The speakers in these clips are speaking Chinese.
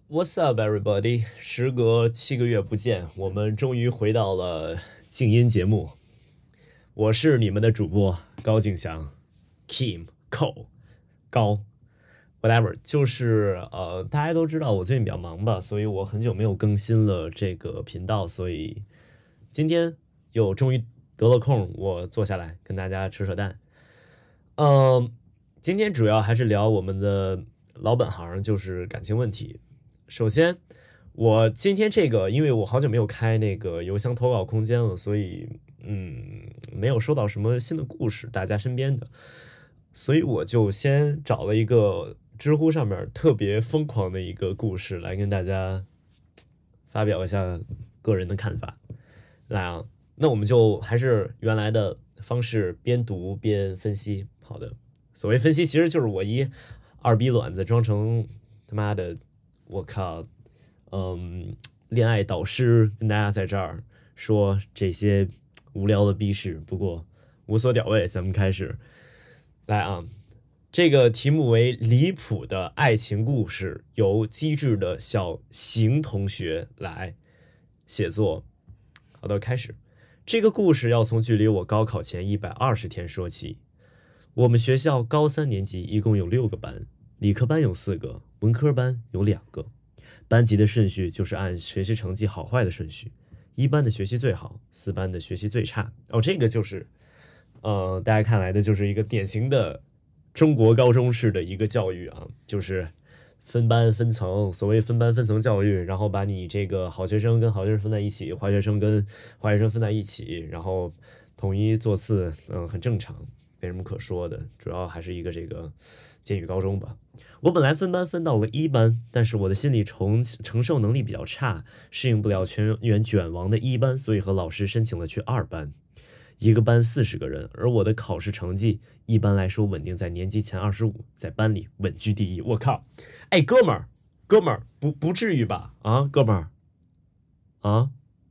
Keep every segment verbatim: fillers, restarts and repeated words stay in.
What's up, everybody？时隔七个月不见，我们终于回到了静音节目。我是你们的主播高敬翔 ，Kim 寇高 whatever，就是呃，大家都知道我最近比较忙吧，所以我很久没有更新了这个频道，所以今天又终于得了空，我坐下来跟大家扯扯淡。嗯、呃，今天主要还是聊我们的老本行，就是感情问题。首先，我今天这个，因为我好久没有开那个邮箱投稿空间了，所以嗯，没有收到什么新的故事，大家身边的，所以我就先找了一个知乎上面特别疯狂的一个故事来跟大家发表一下个人的看法。来啊，那我们就还是原来的方式，边读边分析。好的，所谓分析，其实就是我一二逼卵子装成他妈的。我靠，嗯，恋爱导师跟大家在这儿说这些无聊的逼事，不过无所屌位，咱们开始来啊。这个题目为离谱的爱情故事，由机智的小邢同学来写作。好的，开始。这个故事要从距离我高考前一百二十天说起。我们学校高三年级一共有六个班，理科班有四个，文科班有两个。班级的顺序就是按学习成绩好坏的顺序，一班的学习最好，四班的学习最差。哦，这个就是，呃，大家看来的就是一个典型的中国高中式的一个教育啊，就是分班分层，所谓分班分层教育，然后把你这个好学生跟好学生分在一起，坏学生跟坏学生分在一起，然后统一座次，嗯，很正常。没什么可说的，主要还是一个这个监狱高中吧。我本来分班分到了一班，但是我的心理承承受能力比较差，适应不了全员卷王的一班，所以和老师申请了去二班。一个班四十个人，而我的考试成绩一般来说稳定在年级前二十五，在班里稳居第一。我靠，哎，哥们儿，哥们儿，不不至于吧？啊，哥们儿，啊，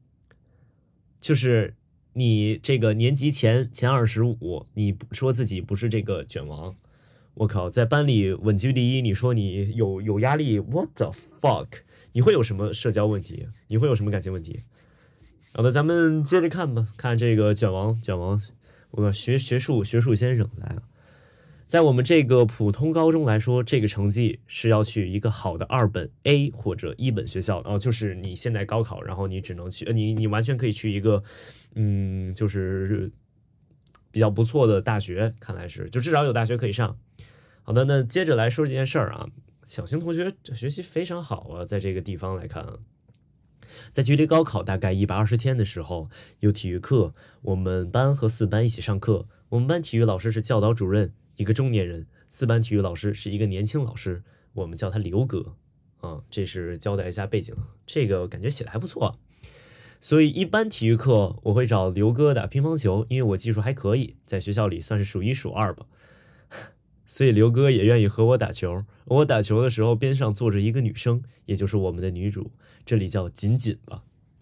就是你这个年级前前二十五，你说自己不是这个卷王，我靠，在班里稳居第一，你说你有有压力 ？What the fuck？你会有什么社交问题？你会有什么感情问题？好的，咱们接着看吧，看这个卷王卷王，我学学术学术先生来了。在我们这个普通高中来说，这个成绩是要去一个好的二本 A 或者一本学校，然后就是你现在高考，然后你只能去，呃，你你完全可以去一个，嗯，就是比较不错的大学，看来是，就至少有大学可以上。好的，那接着来说这件事儿啊，小邢同学学习非常好啊，在这个地方来看啊。在距离高考大概一百二十天的时候，有体育课，我们班和四班一起上课。我们班体育老师是教导主任，一个中年人；四班体育老师是一个年轻老师，我们叫他刘哥。啊，这是交代一下背景，这个感觉写的还不错。所以一般体育课我会找刘哥打乒乓球，因为我技术还可以，在学校里算是数一数二吧。所以刘哥也愿意和我打球。我打球的时候，边上坐着一个女生，也就是我们的女主，这里叫锦锦吧。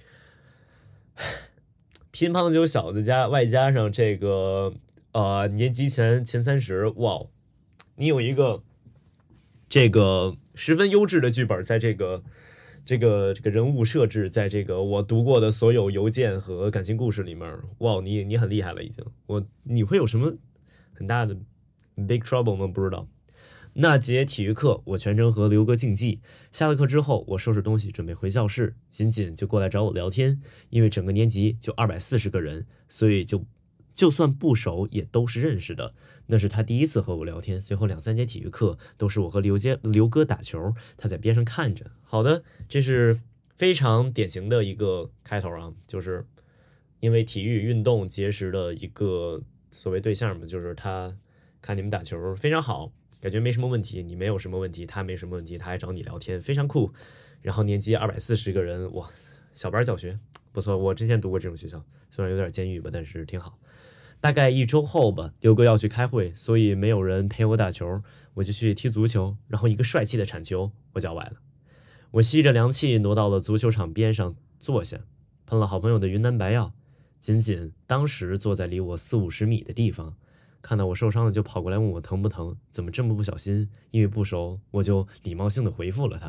乒乓球小子加外加上这个呃年级前前三十，哇，你有一个这个十分优质的剧本，在这个这个这个人物设置，在这个我读过的所有邮件和感情故事里面，哇，你你很厉害了已经。我你会有什么很大的Big trouble 吗？不知道。那节体育课，我全程和刘哥竞技。下了课之后，我收拾东西准备回教室，锦锦就过来找我聊天。因为整个年级就二百四十个人，所以就就算不熟也都是认识的。那是他第一次和我聊天。随后两三节体育课都是我和刘杰刘哥打球，他在边上看着。好的，这是非常典型的一个开头啊，就是因为体育运动结识的一个所谓对象嘛，就是他看你们打球非常好。感觉没什么问题，你没有什么问题，他没什么问题，他还找你聊天，非常酷。然后年级二百四十个人，哇，小班教学不错。我之前读过这种学校，虽然有点监狱吧，但是挺好。大概一周后吧，刘哥要去开会，所以没有人陪我打球，我就去踢足球。然后一个帅气的铲球，我脚崴了。我吸着凉气挪到了足球场边上坐下，喷了好朋友的云南白药。仅仅当时坐在离我四五十米的地方。看到我受伤了，就跑过来问我疼不疼，怎么这么不小心？因为不熟，我就礼貌性的回复了他，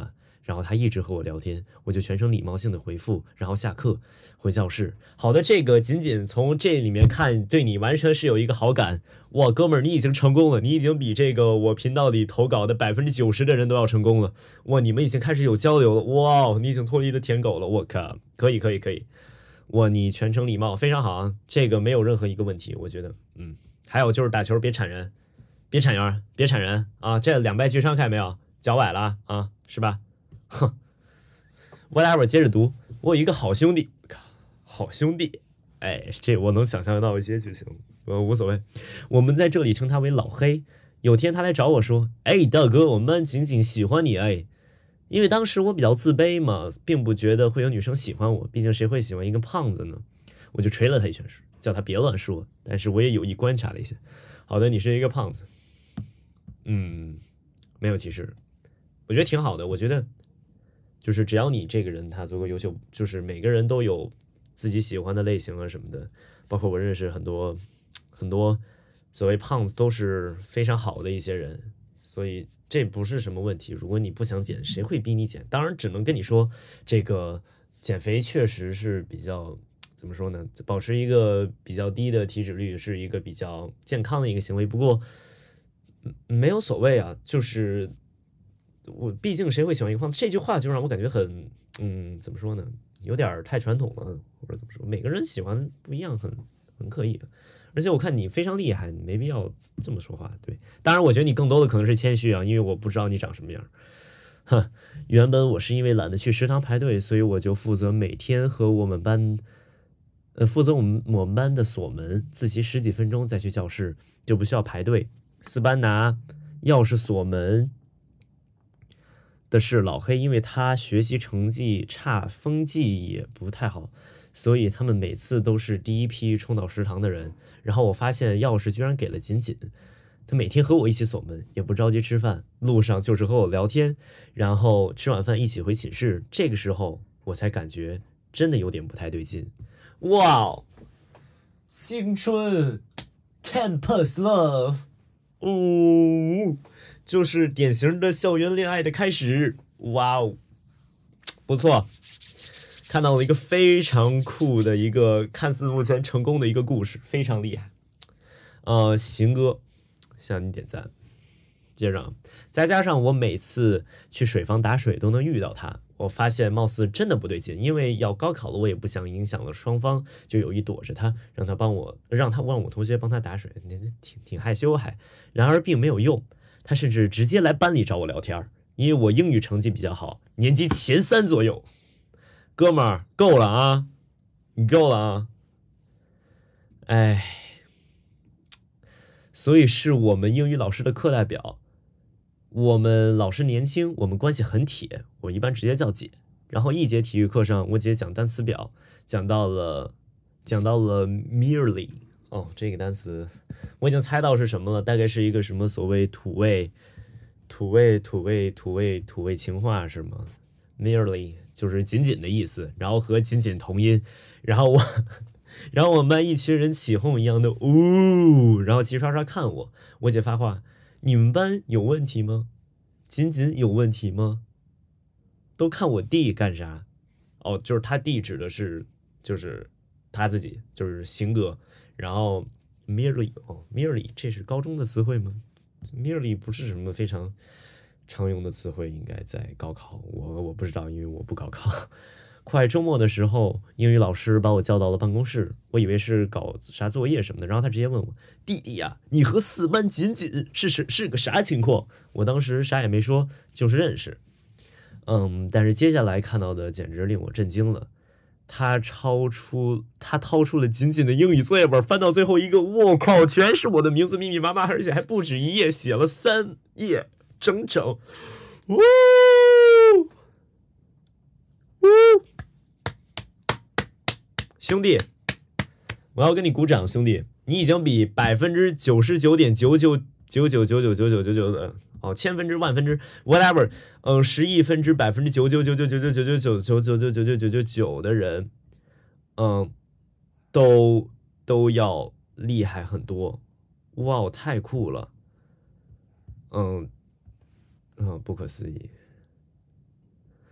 然后他一直和我聊天，我就全程礼貌性的回复，然后下课回教室。好的，这个仅仅从这里面看，对你完全是有一个好感。哇，哥们儿，你已经成功了，你已经比这个我频道里投稿的百分之九十的人都要成功了。哇，你们已经开始有交流了。哇，你已经脱离了舔狗了。我靠，可以可以可以。哇，你全程礼貌，非常好啊，这个没有任何一个问题，我觉得，嗯。还有就是打球别铲人，别铲人，别铲人啊！这两败俱伤，看见没有？脚崴了啊，是吧？哼 ，whatever， 接着读。我有一个好兄弟，好兄弟，哎，这我能想象到一些就行，呃，无所谓。我们在这里称他为老黑。有天他来找我说：“哎，大哥，我们班仅仅喜欢你哎。”因为当时我比较自卑嘛，并不觉得会有女生喜欢我，毕竟谁会喜欢一个胖子呢？我就捶了他一拳，叫他别乱说。但是我也有意观察了一下。好的，你是一个胖子，嗯，没有歧视，我觉得挺好的。我觉得就是只要你这个人他足够优秀，就是每个人都有自己喜欢的类型啊什么的，包括我认识很多很多所谓胖子都是非常好的一些人，所以这不是什么问题。如果你不想减，谁会逼你减？当然只能跟你说，这个减肥确实是比较怎么说呢？保持一个比较低的体脂率是一个比较健康的一个行为。不过没有所谓啊，就是我毕竟谁会喜欢一个胖子？这句话就让我感觉很嗯，怎么说呢？有点太传统了，或者怎么说？每个人喜欢不一样，很很可以。而且我看你非常厉害，你没必要这么说话。对，当然我觉得你更多的可能是谦虚啊，因为我不知道你长什么样。哼，原本我是因为懒得去食堂排队，所以我就负责每天和我们班，呃，负责我们我们班的锁门，自习十几分钟再去教室，就不需要排队。四班拿钥匙锁门的是老黑，因为他学习成绩差，风纪也不太好，所以他们每次都是第一批冲到食堂的人。然后我发现钥匙居然给了锦锦，他每天和我一起锁门，也不着急吃饭，路上就是和我聊天，然后吃晚饭一起回寝室。这个时候我才感觉真的有点不太对劲。哇，青春 Campus Love， 哦，就是典型的校园恋爱的开始。哇哦，不错，看到了一个非常酷的一个看似目前成功的一个故事，非常厉害。呃，行哥，向你点赞。接着，再加上我每次去水房打水都能遇到他，我发现貌似真的不对劲。因为要高考了，我也不想影响了双方，就有意躲着他，让他帮我，让他让我同学帮他打水，挺挺害羞还。然而并没有用，他甚至直接来班里找我聊天，因为我英语成绩比较好，年级前三左右。哥们儿，够了啊，你够了啊，哎。所以是我们英语老师的课代表。我们老师年轻，我们关系很铁，我一般直接叫姐。然后一节体育课上，我姐讲单词表，讲到了讲到了 merely， 哦，这个单词我已经猜到是什么了，大概是一个什么所谓土味土味土味土味土味情话是吗？ merely 就是仅仅的意思，然后和仅仅同音。然后我然后我们班一群人起哄一样的呜，然后齐刷刷看我。我姐发话：“你们班有问题吗？仅仅有问题吗？都看我弟干啥？”哦，就是他弟指的是就是他自己，就是行哥。然后 merely 哦 merely 这是高中的词汇吗？ merely 不是什么非常常用的词汇，应该在高考。我我不知道，因为我不高考。快周末的时候，英语老师把我叫到了办公室，我以为是搞啥作业什么的，然后他直接问我：“弟弟呀、啊，你和四班锦锦是是是个啥情况？”我当时啥也没说，就是认识。嗯，但是接下来看到的简直令我震惊了。他超出他掏出了锦锦的英语作业本，翻到最后一个，我靠，全是我的名字，密密麻麻，而且还不止一页，写了三页整整。呜呜！兄弟，我要跟你鼓掌，兄弟，你已经比百分之九十九点九九九九九九九九九九的哦，千分之万分之 whatever， 嗯，十亿分之百分之九九九九九九九九九九九九九九九九九的人，嗯，都都要厉害很多。哇，太酷了，嗯嗯，不可思议。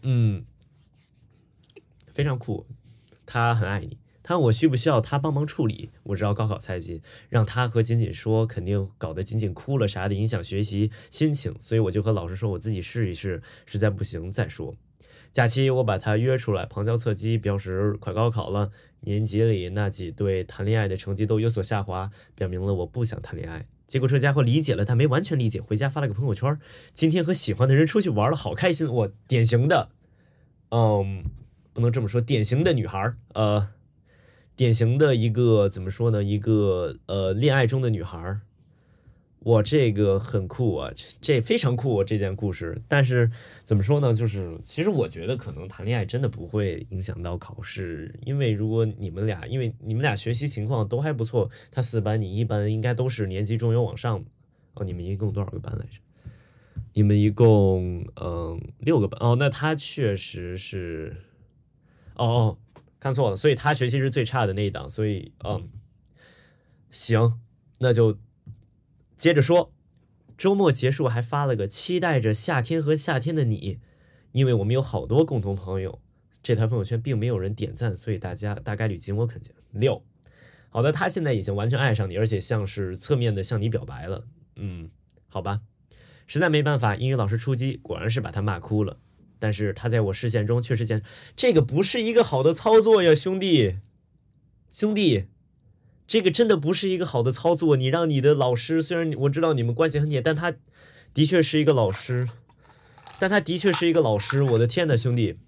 嗯，非常酷，他很爱你。他问我需不需要他帮忙处理，我知道高考赛季，让他和锦锦说，肯定搞得锦锦哭了啥的，影响学习心情，所以我就和老师说我自己试一试，实在不行再说。假期我把他约出来，旁敲侧击表示快高考了，年级里那几对谈恋爱的成绩都有所下滑，表明了我不想谈恋爱。结果这家伙理解了，但没完全理解，回家发了个朋友圈，今天和喜欢的人出去玩了，好开心。我典型的，嗯，不能这么说，典型的女孩，呃。典型的一个怎么说呢？一个呃，恋爱中的女孩，我这个很酷啊，这这非常酷啊，这件故事。但是怎么说呢？就是其实我觉得可能谈恋爱真的不会影响到考试，因为如果你们俩，因为你们俩学习情况都还不错，他四班你一班，应该都是年级中优往上。哦，你们一共多少个班来着？你们一共嗯六个班哦，那他确实是，哦哦。看错了，所以他学习是最差的那一档，所以嗯，行，那就接着说。周末结束还发了个期待着夏天和夏天的你，因为我们有好多共同朋友，这条朋友圈并没有人点赞，所以大家大概率仅我可见。六，好的，他现在已经完全爱上你，而且像是侧面的向你表白了。嗯，好吧，实在没办法，英语老师出击，果然是把他骂哭了。但是他在我视线中确实见，这个不是一个好的操作呀，兄弟，兄弟，这个真的不是一个好的操作。你让你的老师，虽然我知道你们关系很铁，但他的确是一个老师，但他的确是一个老师。我的天呐，兄弟，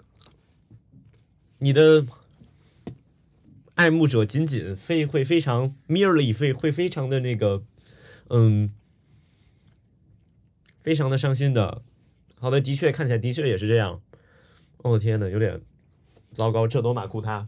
你的爱慕者仅仅非会非常 merely 会会非常的那个，嗯，非常的伤心的。好的，的确看起来的确也是这样。哦天哪，有点糟糕，这都马库他。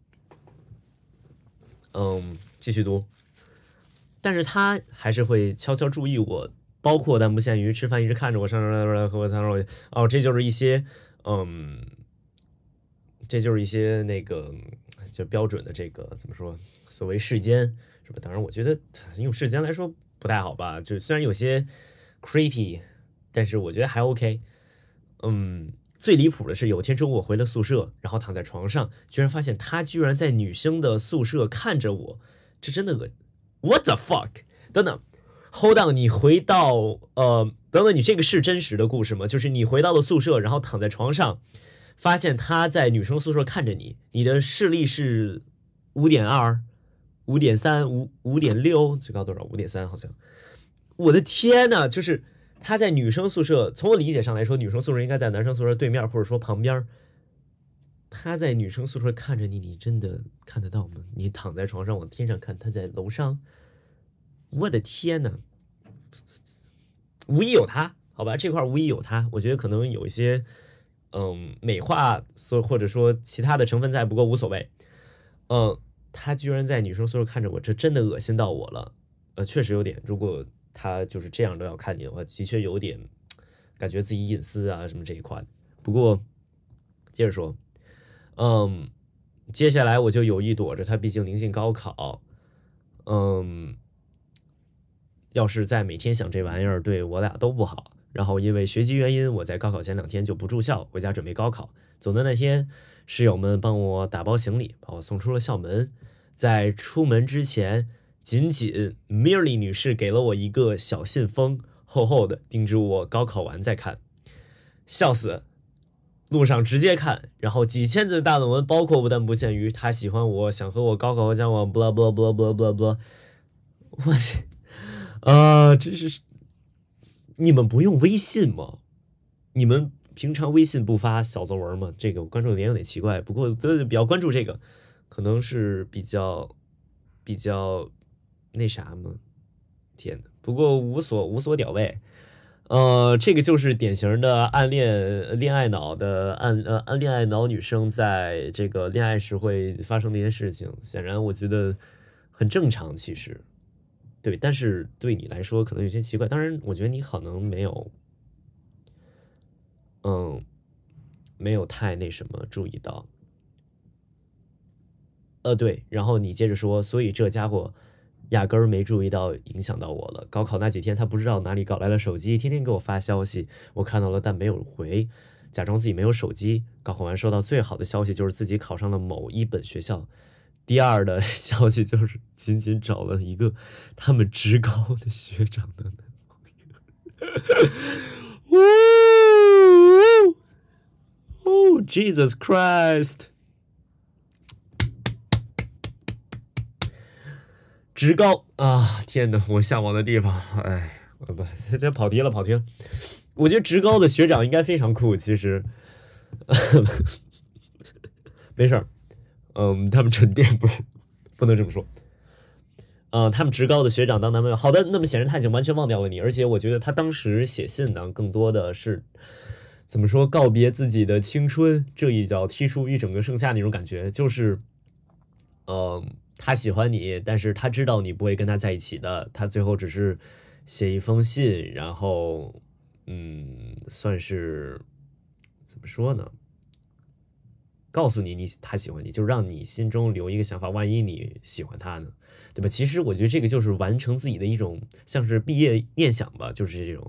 嗯，继续读。但是他还是会悄悄注意我，包括但不限于吃饭一直看着我，上上和我谈说哦，这就是一些嗯，这就是一些那个就标准的这个怎么说，所谓世间是吧？当然，我觉得用世间来说不太好吧，就虽然有些 creepy。但是我觉得还 OK。嗯，最离谱的是有天中午我回了宿舍，然后躺在床上，居然发现他居然在女生的宿舍看着我，这真的恶 What the fuck？ 等等 ，Hold on， 你回到呃，等等，你这个是真实的故事吗？就是你回到了宿舍，然后躺在床上，发现他在女生宿舍看着你，你的视力是五点二、五点三、五五点六，最高多少？五点三好像。我的天呐，就是。他在女生宿舍，从我理解上来说，女生宿舍应该在男生宿舍对面或者说旁边。他在女生宿舍看着你，你真的看得到吗？你躺在床上往天上看，他在楼上。我的天哪！无疑有他，好吧，这块无疑有他。我觉得可能有一些嗯美化，或者说其他的成分在，不过无所谓。嗯，他居然在女生宿舍看着我，这真的恶心到我了。呃，确实有点，如果。他就是这样都要看你的话，的确有点感觉自己隐私啊什么这一块。不过接着说，嗯，接下来我就有意躲着他，毕竟临近高考。嗯，要是再每天想这玩意儿，对我俩都不好。然后因为学习原因，我在高考前两天就不住校，回家准备高考。走的那天，室友们帮我打包行李，把我送出了校门。在出门之前。仅仅 Merely 女士给了我一个小信封，厚厚的，叮嘱我高考完再看。笑死！路上直接看，然后几千字的大论文，包括不但不限于他喜欢我，想和我高考交往 blah blah blah blah blah blah。我去，啊，真是！你们不用微信吗？你们平常微信不发小作文吗？这个我关注的点有点奇怪，不过比较关注这个，可能是比较比较。那啥吗？天哪！不过无所无所屌位，呃，这个就是典型的暗恋恋爱脑的暗呃暗恋爱脑女生在这个恋爱时会发生的一些事情。显然，我觉得很正常，其实对，但是对你来说可能有些奇怪。当然，我觉得你可能没有，嗯，没有太那什么注意到。呃，对，然后你接着说，所以这家伙。压根儿没注意到影响到我了。高考那几天，他不知道哪里搞来了手机，天天给我发消息，我看到了但没有回。 假装自己没有手机。高考完收到最好的消息就是自己考上了某一本学校，第二的消息就是仅仅找了一个他们职高的学长的男朋友。Oh Jesus Christ！ 职高啊，天哪，我向往的地方。哎，不，这跑题了，跑题了。我觉得职高的学长应该非常酷，其实。没事儿，嗯，他们沉淀不不能这么说。呃，他们职高的学长当男朋友，好的，那么显然他已经完全忘掉了你，而且我觉得他当时写信呢，更多的是怎么说，告别自己的青春，这一脚踢出一整个盛夏那种感觉，就是，呃，他喜欢你，但是他知道你不会跟他在一起的，他最后只是写一封信，然后，嗯，算是怎么说呢？告诉你你他喜欢你，就让你心中留一个想法，万一你喜欢他呢，对吧？其实我觉得这个就是完成自己的一种像是毕业念想吧，就是这种。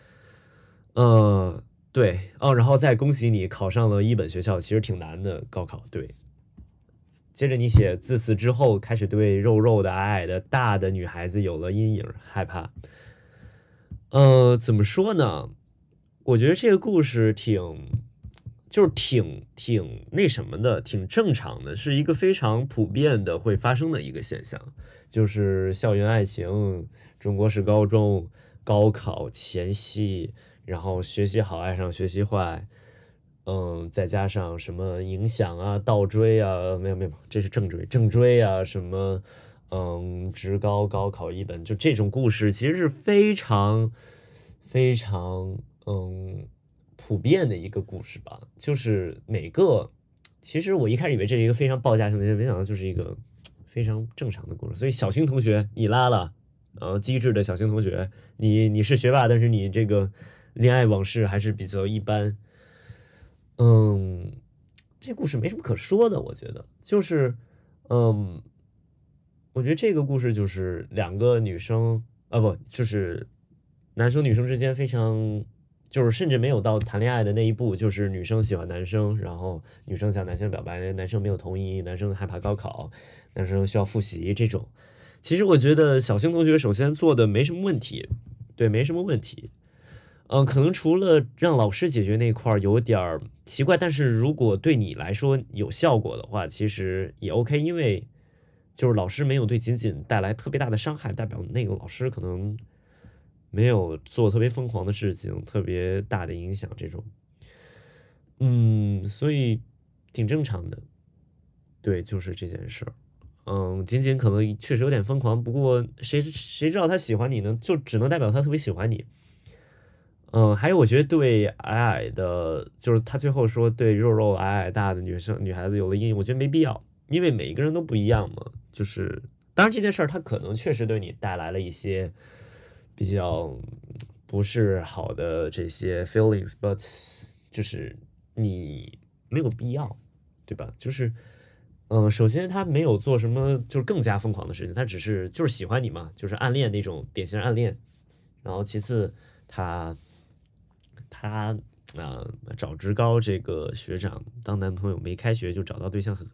呃，对哦，然后再恭喜你考上了一本学校，其实挺难的高考。对，接着你写自此之后开始对肉肉的、矮矮的、大的女孩子有了阴影，害怕。呃，怎么说呢？我觉得这个故事挺。就是挺挺那什么的，挺正常的，是一个非常普遍的会发生的一个现象，就是校园爱情，中国式高中，高考前夕，然后学习好爱上学习坏，嗯，再加上什么影响啊、倒追啊，没有没有，这是正追，正追啊，什么嗯，职高高考一本，就这种故事其实是非常非常嗯。普遍的一个故事吧，就是每个，其实我一开始以为这是一个非常报价性的，没想到就是一个非常正常的故事。所以小新同学，你拉了，呃，机智的小新同学，你你是学霸，但是你这个恋爱往事还是比较一般。嗯，这故事没什么可说的，我觉得就是，嗯，我觉得这个故事就是两个女生啊，不，就是男生女生之间非常。就是甚至没有到谈恋爱的那一步，就是女生喜欢男生，然后女生向男生表白，男生没有同意，男生害怕高考，男生需要复习这种。其实我觉得小星同学首先做的没什么问题，对，没什么问题。嗯、呃，可能除了让老师解决那块有点奇怪，但是如果对你来说有效果的话，其实也 OK，因为就是老师没有对仅仅带来特别大的伤害，代表那个老师可能。没有做特别疯狂的事情，特别大的影响这种，嗯，所以挺正常的，对，就是这件事儿，嗯，仅仅可能确实有点疯狂，不过谁谁知道他喜欢你呢？就只能代表他特别喜欢你，嗯，还有我觉得对矮矮的，就是他最后说对肉肉矮矮大的女生女孩子有了阴影，我觉得没必要，因为每一个人都不一样嘛，就是当然这件事儿他可能确实对你带来了一些。比较不是好的这些 feelings，but 就是你没有必要，对吧？就是，嗯、呃，首先他没有做什么就是更加疯狂的事情，他只是就是喜欢你嘛，就是暗恋那种典型暗恋。然后其次他他啊、呃、找职高这个学长当男朋友，没开学就找到对象很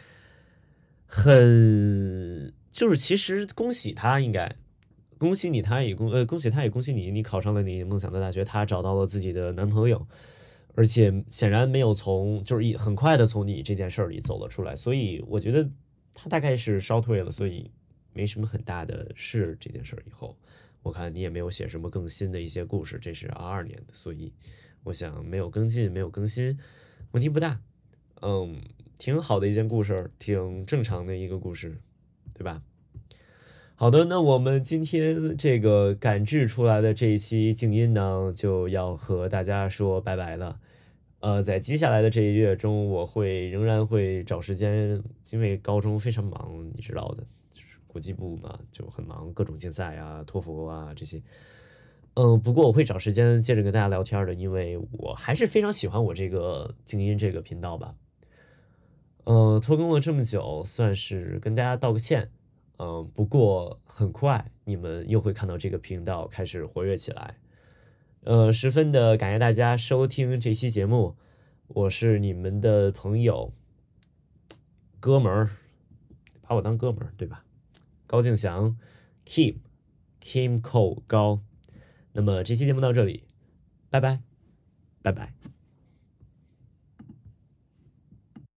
很就是其实恭喜他应该。恭喜你，他也恭呃恭喜他也恭喜你，你考上了你梦想的大学，他找到了自己的男朋友，而且显然没有从就是一很快的从你这件事儿里走了出来，所以我觉得他大概是烧退了，所以没什么很大的事。这件事儿以后，我看你也没有写什么更新的一些故事，这是二二年的，所以我想没有跟进，没有更新，问题不大，嗯，挺好的一件故事，挺正常的一个故事，对吧？好的，那我们今天这个赶制出来的这一期静音呢，就要和大家说拜拜了。呃，在接下来的这一月中，我会仍然会找时间，因为高中非常忙，你知道的，就是国际部嘛，就很忙，各种竞赛啊、托福啊这些。嗯，不过我会找时间接着跟大家聊天的，因为我还是非常喜欢我这个静音这个频道吧。嗯，拖更了这么久，算是跟大家道个歉。嗯，不过很快你们又会看到这个频道开始活跃起来。 呃，十分的感谢大家收听这期节目，我是你们的朋友哥们儿，把我当哥们儿对吧？高敬翔 Kim Kim Cole 高。那么这期节目到这里，拜拜，拜拜。